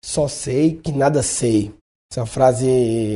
Só sei que nada sei. Essa é uma frase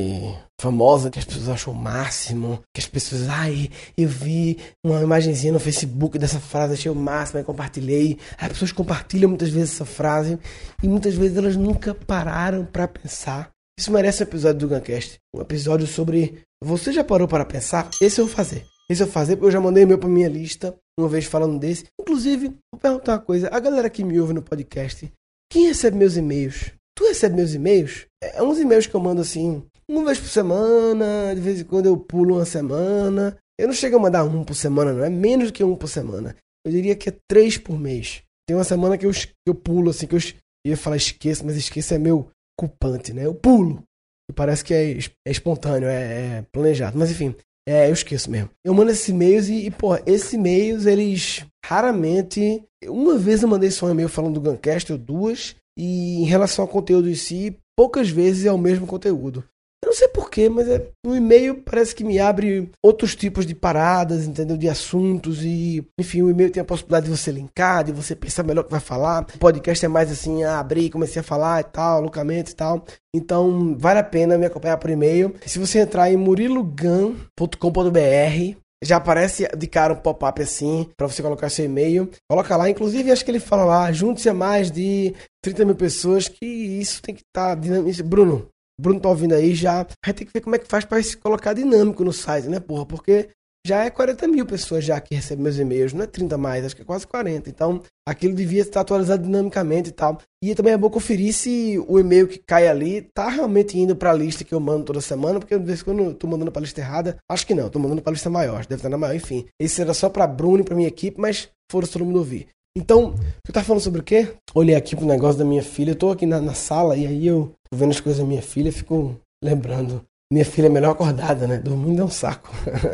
famosa que as pessoas acham o máximo. Que as pessoas, eu vi uma imagenzinha no Facebook dessa frase, achei o máximo, aí compartilhei. As pessoas compartilham muitas vezes essa frase e muitas vezes elas nunca pararam para pensar. Isso merece um episódio do Guncast. Um episódio sobre... Você já parou para pensar? Esse eu vou fazer. Porque eu já mandei e-mail pra minha lista, uma vez falando desse. Inclusive, vou perguntar uma coisa. A galera que me ouve no podcast, quem recebe meus e-mails? Tu recebe meus e-mails? É uns e-mails que eu mando assim, uma vez por semana, de vez em quando eu pulo uma semana. Eu não chego a mandar um por semana, não. É menos do que um por semana. Eu diria que é 3 por mês. Tem uma semana que eu pulo, assim, que eu ia falar esqueço, mas esqueço é meio culpante, né? Eu pulo. E parece que é espontâneo, é planejado. Mas enfim, eu esqueço mesmo. Eu mando esses e-mails esses e-mails, eles raramente... Uma vez eu mandei só um e-mail falando do Guncast, ou 2, e em relação ao conteúdo em si, poucas vezes é o mesmo conteúdo. Eu não sei porquê, mas o e-mail parece que me abre outros tipos de paradas, entendeu? De assuntos e... Enfim, o e-mail tem a possibilidade de você linkar, de você pensar melhor o que vai falar. O podcast é mais assim, abri, comecei a falar e tal, loucamente e tal. Então, vale a pena me acompanhar por e-mail. Se você entrar em murilogun.com.br, já aparece de cara um pop-up assim, para você colocar seu e-mail. Coloca lá, inclusive acho que ele fala lá, junte-se a mais de 30 mil pessoas, que isso tem que estar dinâmico. Bruno tá ouvindo aí, já vai ter que ver como é que faz para se colocar dinâmico no site, né, porra? Porque já é 40 mil pessoas já que recebem meus e-mails, não é 30 mais, acho que é quase 40. Então, aquilo devia estar atualizado dinamicamente e tal. E também é bom conferir se o e-mail que cai ali tá realmente indo pra lista que eu mando toda semana, porque de vez em quando eu tô mandando pra lista errada. Acho que não, tô mandando pra lista maior, deve estar na maior, enfim. Esse era só pra Bruno e pra minha equipe, mas foram todo mundo ouvir. Então, eu tava falando sobre o quê? Olhei aqui pro negócio da minha filha, eu tô aqui na sala e aí eu tô vendo as coisas da minha filha, fico lembrando. Minha filha é melhor acordada, né? Dormindo é um saco.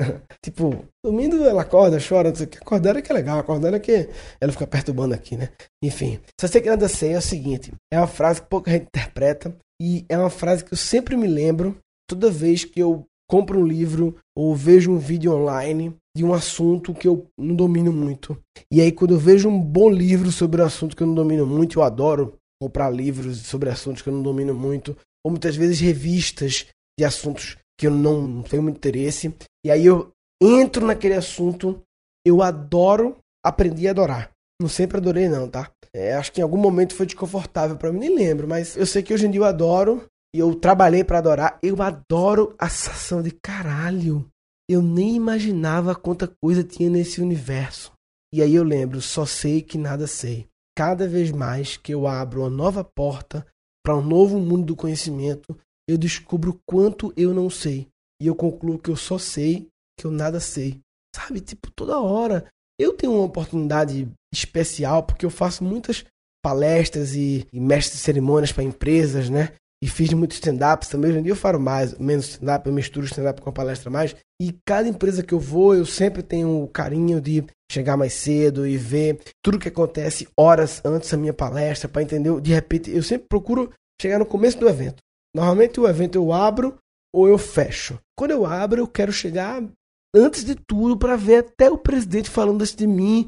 Tipo, dormindo ela acorda, chora, não sei o que. Acordar é que é legal, acordar é que ela fica perturbando aqui, né? Enfim, só sei que nada sei é o seguinte. É uma frase que pouca gente interpreta e é uma frase que eu sempre me lembro toda vez que eu compro um livro ou vejo um vídeo online de um assunto que eu não domino muito. E aí quando eu vejo um bom livro sobre um assunto que eu não domino muito, eu adoro comprar livros sobre assuntos que eu não domino muito, ou muitas vezes revistas de assuntos que eu não tenho muito interesse. E aí eu entro naquele assunto, eu adoro aprender a adorar. Não sempre adorei não, tá? Acho que em algum momento foi desconfortável pra mim, nem lembro, mas eu sei que hoje em dia eu adoro, e eu trabalhei pra adorar. Eu adoro a sensação de caralho. Eu nem imaginava quanta coisa tinha nesse universo. E aí eu lembro, só sei que nada sei. Cada vez mais que eu abro uma nova porta para um novo mundo do conhecimento, eu descubro quanto eu não sei. E eu concluo que eu só sei que eu nada sei. Sabe? Tipo, toda hora. Eu tenho uma oportunidade especial porque eu faço muitas palestras e mestre de cerimônias para empresas, né? E fiz muitos stand-ups também. Hoje em dia eu faço menos stand-up, eu misturo stand-up com a palestra mais. E cada empresa que eu vou, eu sempre tenho o carinho de chegar mais cedo e ver tudo que acontece horas antes da minha palestra para entender. De repente, eu sempre procuro chegar no começo do evento. Normalmente o evento eu abro ou eu fecho. Quando eu abro, eu quero chegar antes de tudo para ver até o presidente falando antes de mim.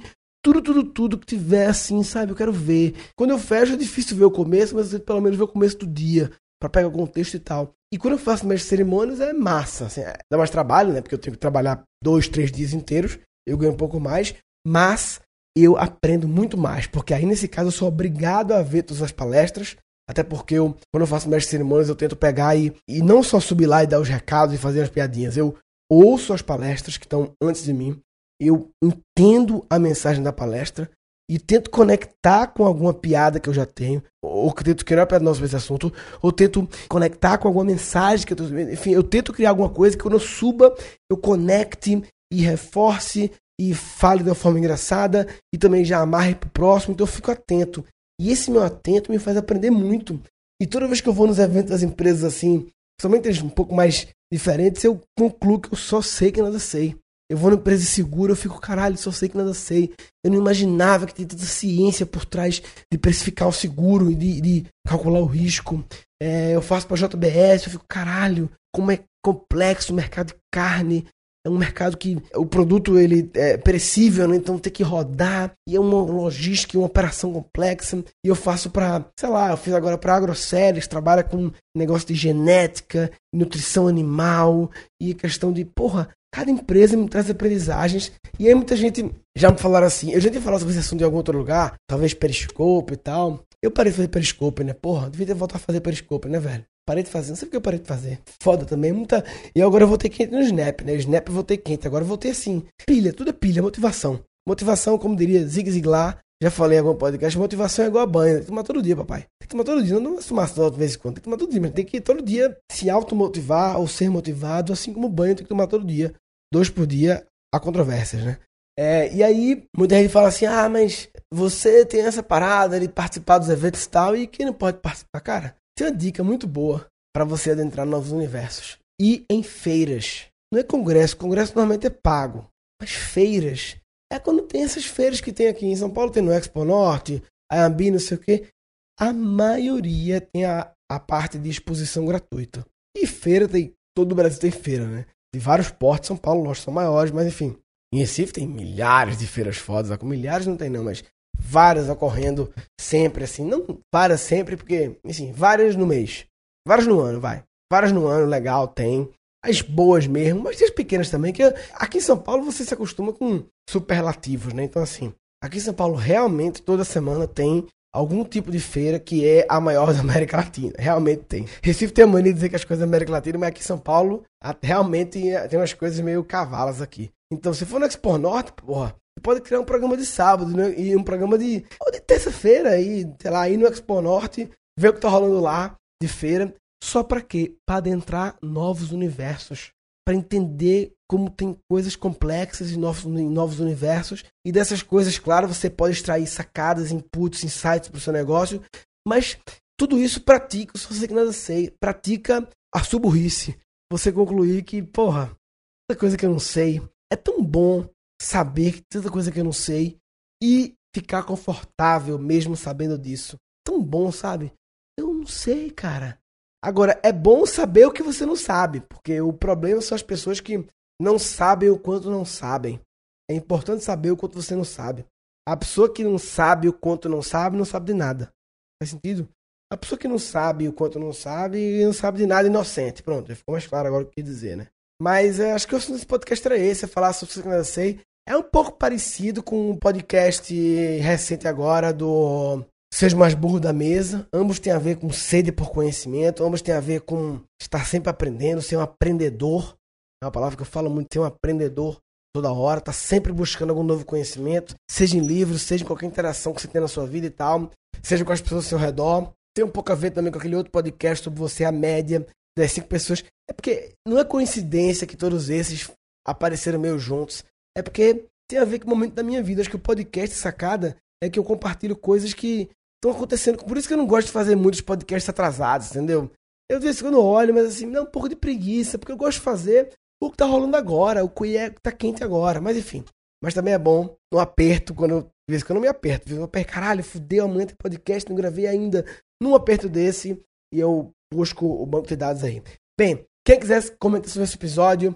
Tudo que tiver assim, sabe? Eu quero ver. Quando eu fecho é difícil ver o começo, mas eu pelo menos ver o começo do dia para pegar o contexto e tal. E quando eu faço mestre de cerimônias é massa. Assim, dá mais trabalho, né? Porque eu tenho que trabalhar 2, 3 dias inteiros. Eu ganho um pouco mais. Mas eu aprendo muito mais. Porque aí nesse caso eu sou obrigado a ver todas as palestras. Até porque quando eu faço mestre de cerimônias, eu tento pegar e não só subir lá e dar os recados e fazer as piadinhas. Eu ouço as palestras que estão antes de mim, eu entendo a mensagem da palestra e tento conectar com alguma piada que eu já tenho, ou que tento criar uma piada sobre esse assunto, ou tento conectar com alguma mensagem que eu tô... Enfim, eu tento criar alguma coisa que quando eu suba, eu conecte e reforce e fale de uma forma engraçada e também já amarre pro próximo, então eu fico atento. E esse meu atento me faz aprender muito. E toda vez que eu vou nos eventos das empresas assim, somente um pouco mais diferentes, eu concluo que eu só sei que nada sei. Eu vou na empresa segura, eu fico, caralho, só sei que nada sei. Eu não imaginava que tinha tanta ciência por trás de precificar o seguro e de calcular o risco. Eu faço para JBS, eu fico, caralho, como é complexo o mercado de carne. É um mercado que o produto ele é perecível, né? Então tem que rodar. E é uma logística, uma operação complexa. E eu faço eu fiz agora para AgroSéries, trabalha com negócio de genética, nutrição animal e questão de, cada empresa me traz aprendizagens. E aí muita gente já me falaram assim, eu já tinha falado sobre esse assunto em algum outro lugar, talvez Periscope e tal. Eu parei de fazer Periscope, né? Devia ter voltado a fazer Periscope, né, velho? Parei de fazer, não sei porque eu parei de fazer. Foda também, E agora eu voltei quente no Snap, né? O Snap eu voltei quente, agora eu voltei assim. Pilha, tudo é pilha, motivação. Motivação, como diria Zig Ziglar, já falei em algum podcast, motivação é igual a banho. Tem que tomar todo dia, papai. Tem que tomar todo dia, não tomar só de vez em quando. Tem que tomar todo dia, mas tem que todo dia se automotivar ou ser motivado, assim como o banho tem que tomar todo dia. 2 por dia, há controvérsias, né? E aí, muita gente fala assim, mas você tem essa parada de participar dos eventos e tal, e quem não pode participar? Cara, tem uma dica muito boa para você adentrar novos universos. Ir em feiras. Não é congresso normalmente é pago. Mas feiras, é quando tem essas feiras que tem aqui em São Paulo, tem no Expo Norte, a Ambi, não sei o quê. A maioria tem a parte de exposição gratuita. E feira todo o Brasil tem feira, né? De vários portos, São Paulo, lógico, são maiores, mas enfim. Em Recife tem milhares de feiras fodas, com milhares não tem não, mas várias ocorrendo sempre, assim, não várias sempre, porque, assim, várias no mês, várias no ano, várias no ano, legal, tem, as boas mesmo, mas tem as pequenas também, que aqui em São Paulo você se acostuma com superlativos, né, então assim, aqui em São Paulo realmente toda semana tem algum tipo de feira que é a maior da América Latina. Realmente tem. Recife tem a mania de dizer que as coisas da América Latina, mas aqui em São Paulo realmente tem umas coisas meio cavalas aqui. Então, se for no Expo Norte, você pode criar um programa de sábado, né? E um programa de terça-feira, e, sei lá, ir no Expo Norte, ver o que tá rolando lá de feira. Só pra quê? Pra adentrar novos universos. Pra entender como tem coisas complexas em novos universos. E dessas coisas, claro, você pode extrair sacadas, inputs, insights pro seu negócio. Mas tudo isso pratica, se você que nada sei, pratica a sua burrice. Você concluir que, tanta coisa que eu não sei. É tão bom saber que tanta coisa que eu não sei e ficar confortável mesmo sabendo disso. Tão bom, sabe? Eu não sei, cara. Agora, é bom saber o que você não sabe, porque o problema são as pessoas que não sabem o quanto não sabem. É importante saber o quanto você não sabe. A pessoa que não sabe o quanto não sabe de nada. Faz sentido? A pessoa que não sabe o quanto não sabe de nada, inocente. Pronto, já ficou mais claro agora o que dizer, né? Mas acho que o assunto desse podcast era esse, é falar sobre o que eu não sei. É um pouco parecido com um podcast recente agora do Seja Mais Burro da Mesa. Ambos têm a ver com sede por conhecimento, ambos têm a ver com estar sempre aprendendo, ser um aprendedor. É uma palavra que eu falo muito, ser um aprendedor toda hora, tá sempre buscando algum novo conhecimento, seja em livros, seja em qualquer interação que você tem na sua vida e tal, seja com as pessoas ao seu redor. Tem um pouco a ver também com aquele outro podcast sobre você, a média das 5 pessoas. É porque não é coincidência que todos esses apareceram meio juntos. É porque tem a ver com o momento da minha vida. Acho que o podcast sacada é que eu compartilho coisas que estão acontecendo. Por isso que eu não gosto de fazer muitos podcasts atrasados, entendeu? Eu de vez em quando olho, mas assim, me dá um pouco de preguiça, porque eu gosto de fazer o que tá rolando agora, o que tá quente agora. Mas enfim. Mas também é bom no aperto, de vez em quando eu me aperto. Eu aperto, caralho, fudeu, amanhã tem podcast, não gravei ainda. Num aperto desse, e eu busco o banco de dados aí. Bem, quem quiser comentar sobre esse episódio,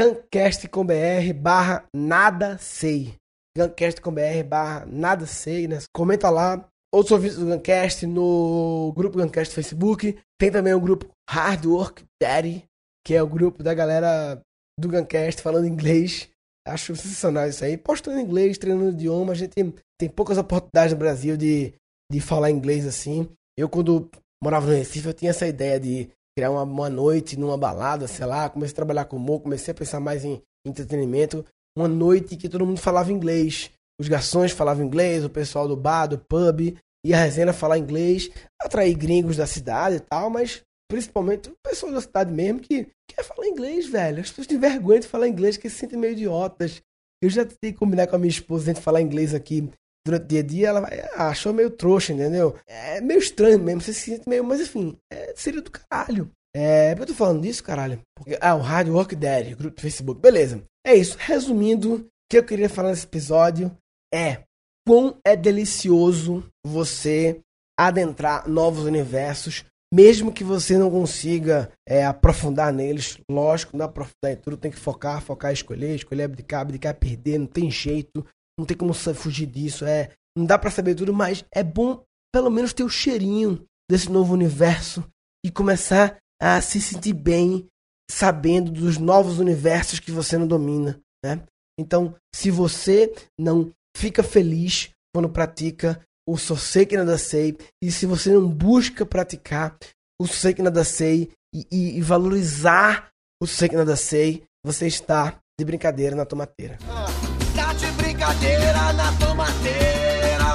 Guncast.com.br/nada sei. Guncast.com.br/nada sei, né? Comenta lá. Outros ouvintes do Guncast no grupo Guncast do Facebook. Tem também o grupo Hard Work Daddy, que é o grupo da galera do Guncast falando inglês. Acho sensacional isso aí. Postando inglês, treinando idioma. A gente tem poucas oportunidades no Brasil de falar inglês assim. Eu, quando morava no Recife, eu tinha essa ideia de criar uma noite numa balada, sei lá. Comecei a trabalhar com humor, comecei a pensar mais em entretenimento. Uma noite que todo mundo falava inglês. Os garçons falavam inglês, o pessoal do bar, do pub, e a resenha falar inglês. Atrair gringos da cidade e tal, mas principalmente o pessoal da cidade mesmo que quer falar inglês, velho. As pessoas têm vergonha de falar inglês, que se sentem meio idiotas. Eu já tentei combinar com a minha esposa a gente falar inglês aqui durante o dia a dia, ela achou meio trouxa, entendeu? É meio estranho mesmo, você se sente meio, mas enfim, seria do caralho. Por que eu tô falando disso, caralho? Porque, o Hard Work Daddy, grupo do Facebook, beleza. É isso, resumindo, o que eu queria falar nesse episódio é quão é delicioso você adentrar novos universos mesmo que você não consiga aprofundar neles, lógico, não aprofundar em tudo, tem que focar, escolher, abdicar, perder, não tem jeito, não tem como fugir disso, não dá pra saber tudo, mas é bom pelo menos ter o cheirinho desse novo universo e começar a se sentir bem sabendo dos novos universos que você não domina, né? Então, se você não fica feliz quando pratica o Só Sei Que Nada Sei, e se você não busca praticar o Só Sei Que Nada Sei e valorizar o Só Sei Que Nada Sei, você está de brincadeira na tomateira. Tá de brincadeira na tomateira.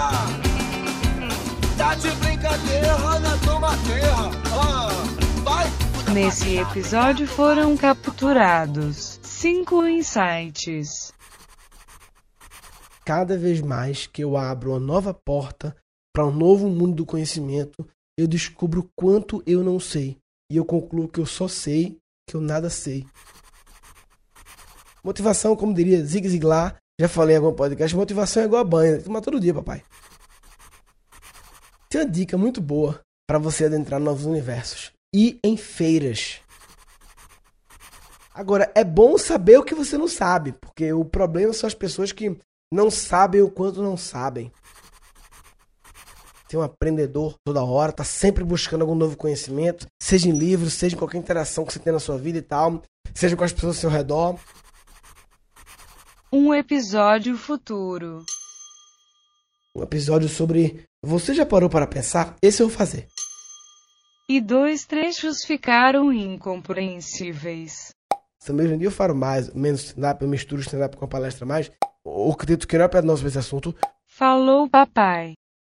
Tá de brincadeira na tomateira. Vai! Nesse episódio foram capturados 5 insights. Cada vez mais que eu abro uma nova porta para um novo mundo do conhecimento, eu descubro quanto eu não sei. E eu concluo que eu só sei que eu nada sei. Motivação, como diria Zig Ziglar, já falei em algum podcast, motivação é igual a banho, tem que tomar todo dia, papai. Tem uma dica muito boa para você adentrar novos universos. Ir em feiras. Agora, é bom saber o que você não sabe, porque o problema são as pessoas que não sabem o quanto não sabem. Tem um aprendedor toda hora, tá sempre buscando algum novo conhecimento, seja em livros, seja em qualquer interação que você tem na sua vida e tal, seja com as pessoas ao seu redor. Um episódio futuro. Um episódio sobre você já parou para pensar? Esse eu vou fazer. E 2 trechos ficaram incompreensíveis. Se mesmo dia eu falo menos stand-up, eu misturo stand-up com a palestra mais, eu acredito que não é para nós ver esse assunto. Falou, papai.